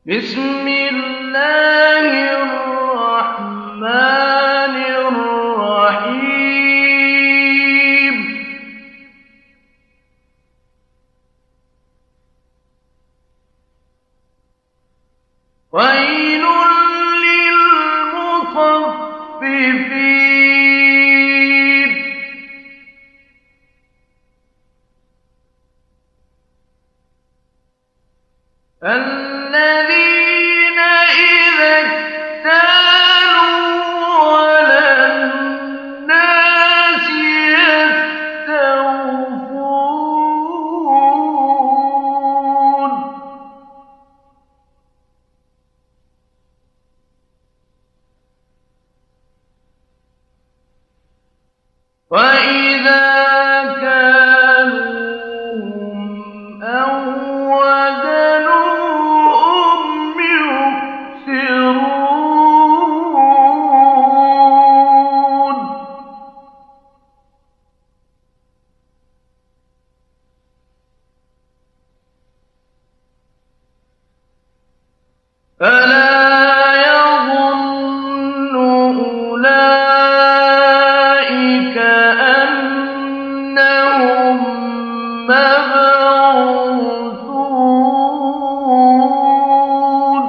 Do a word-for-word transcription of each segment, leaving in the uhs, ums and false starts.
بسم الله الرحمن الرحيم. ويل للمطففين الذين إذا اكتالوا على الناس يستوفون وإذا كالوهم أو وزنوهم يخسرون ألا يظن أولئك أنهم مبعوثون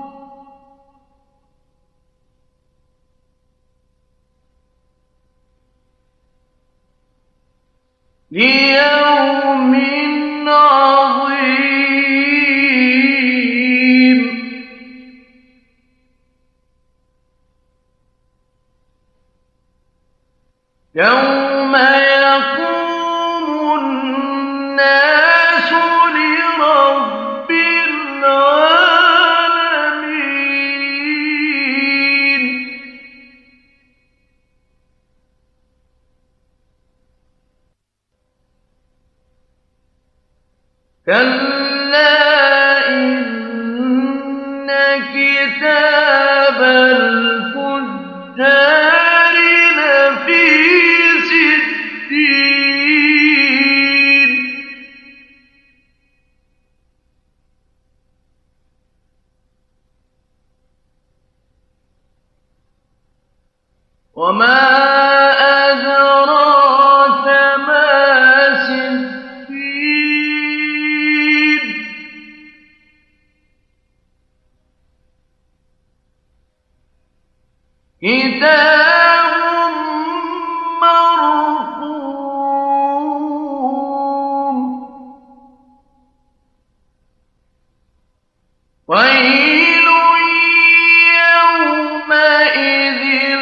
ليوم عظيم يوم يقوم الناس لرب العالمين كلا إن كتاب الفجار لفي سجين وما أدراك ما سجين كتاب مرقوم ويل يومئذ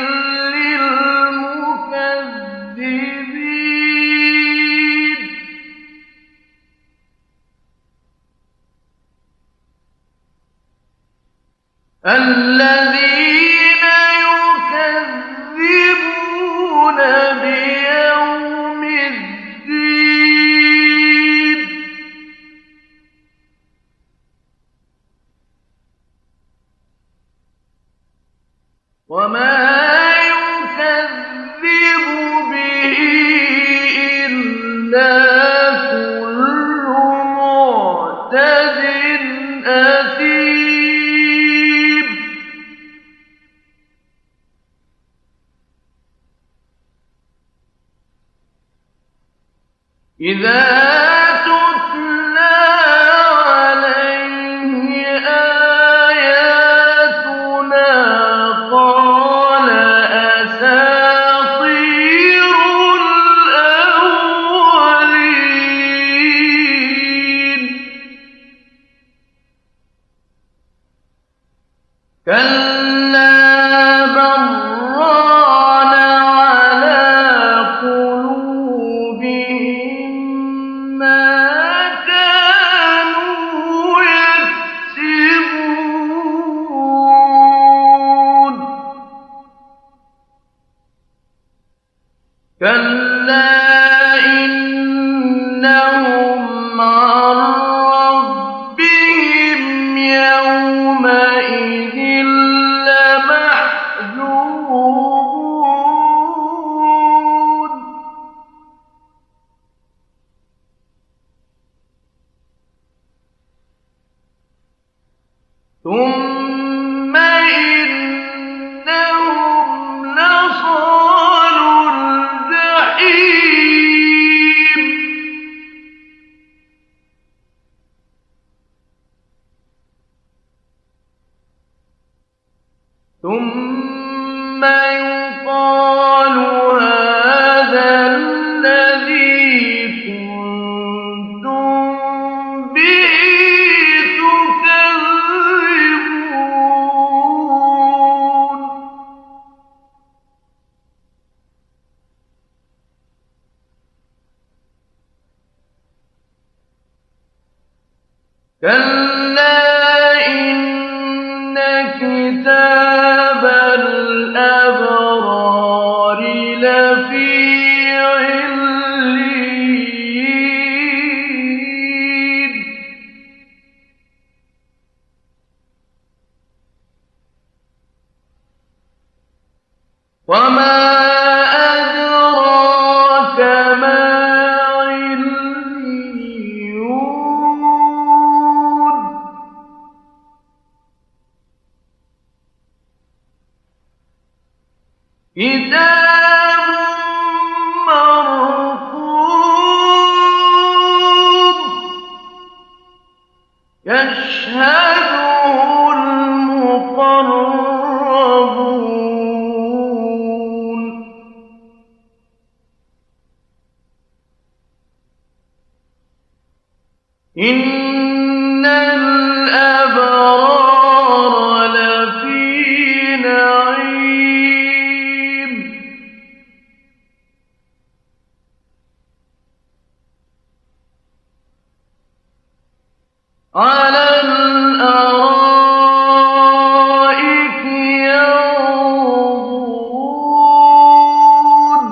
للمكذبين الذين يكذبون بيوم الدين وما يكذب به إلا كل معتد أثيم إذا تتلى عليه آياتنا قال أساطير الأولين كلا بل ران على قلوبهم ما كانوا يكسبون كلا إنهم عن ربهم يومئذ ثم إنهم لصالوا الجحيم ثم يقال هذا الذي كنتم به تكذبون كلا إن كتاب الأبرار لفي عليين وما أدراك ما عليون كتاب مرقوم يشهده المقربون إن الأبرار لفي نعيم على الأرائك ينظرون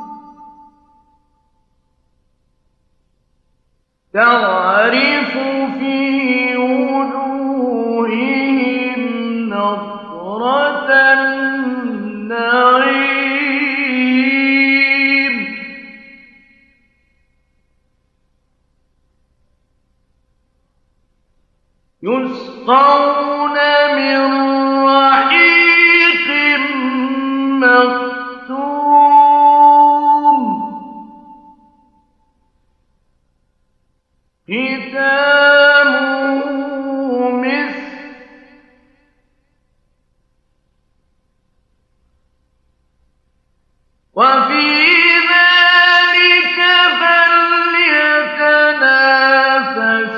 تعرف في وجوههم نضرة النعيم يسقون من رحيق مختوم ختامه مسك وفي ذلك فليتنافس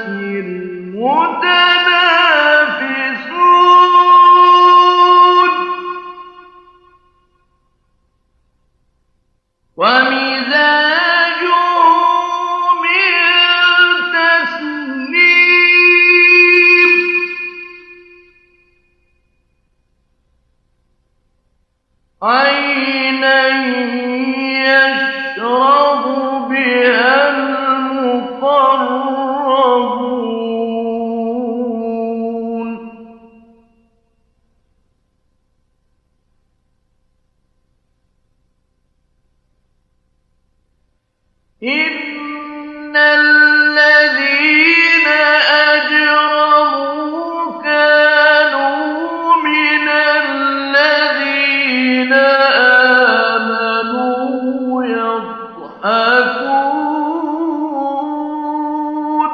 المتنافسون ومزاجه من تسنيم عينا يشرب بها المقربون إن الذين أجرموا كانوا من الذين آمنوا يضحكون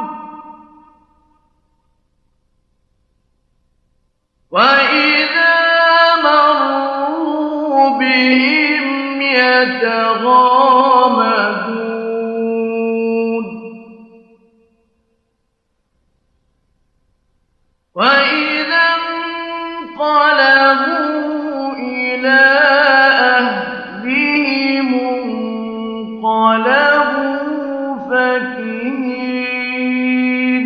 وإذا مروا بهم يتغامزون وإذا انقلبوا إلى أهلهم انقلبوا فكهين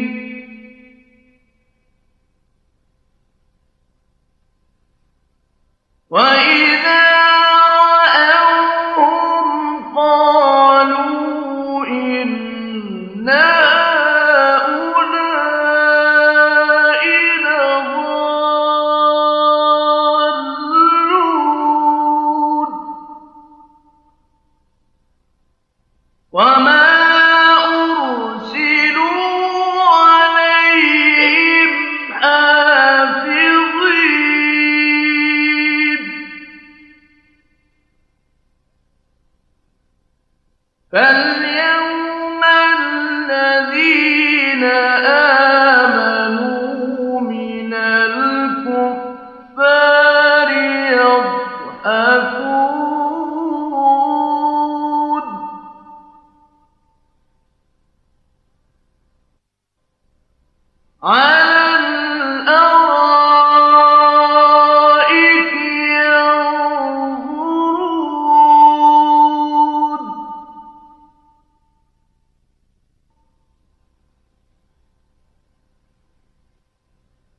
وإذا رأوهم قالوا إن هؤلاء لضالون وما أرسلوا عليهم حافظين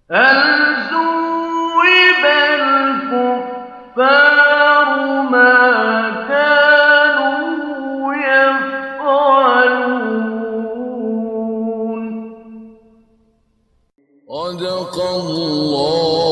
هل ثُوِّبَ الْكُفَّارُ مَا كَانُوا يَفْعَلُونَ. صدق الله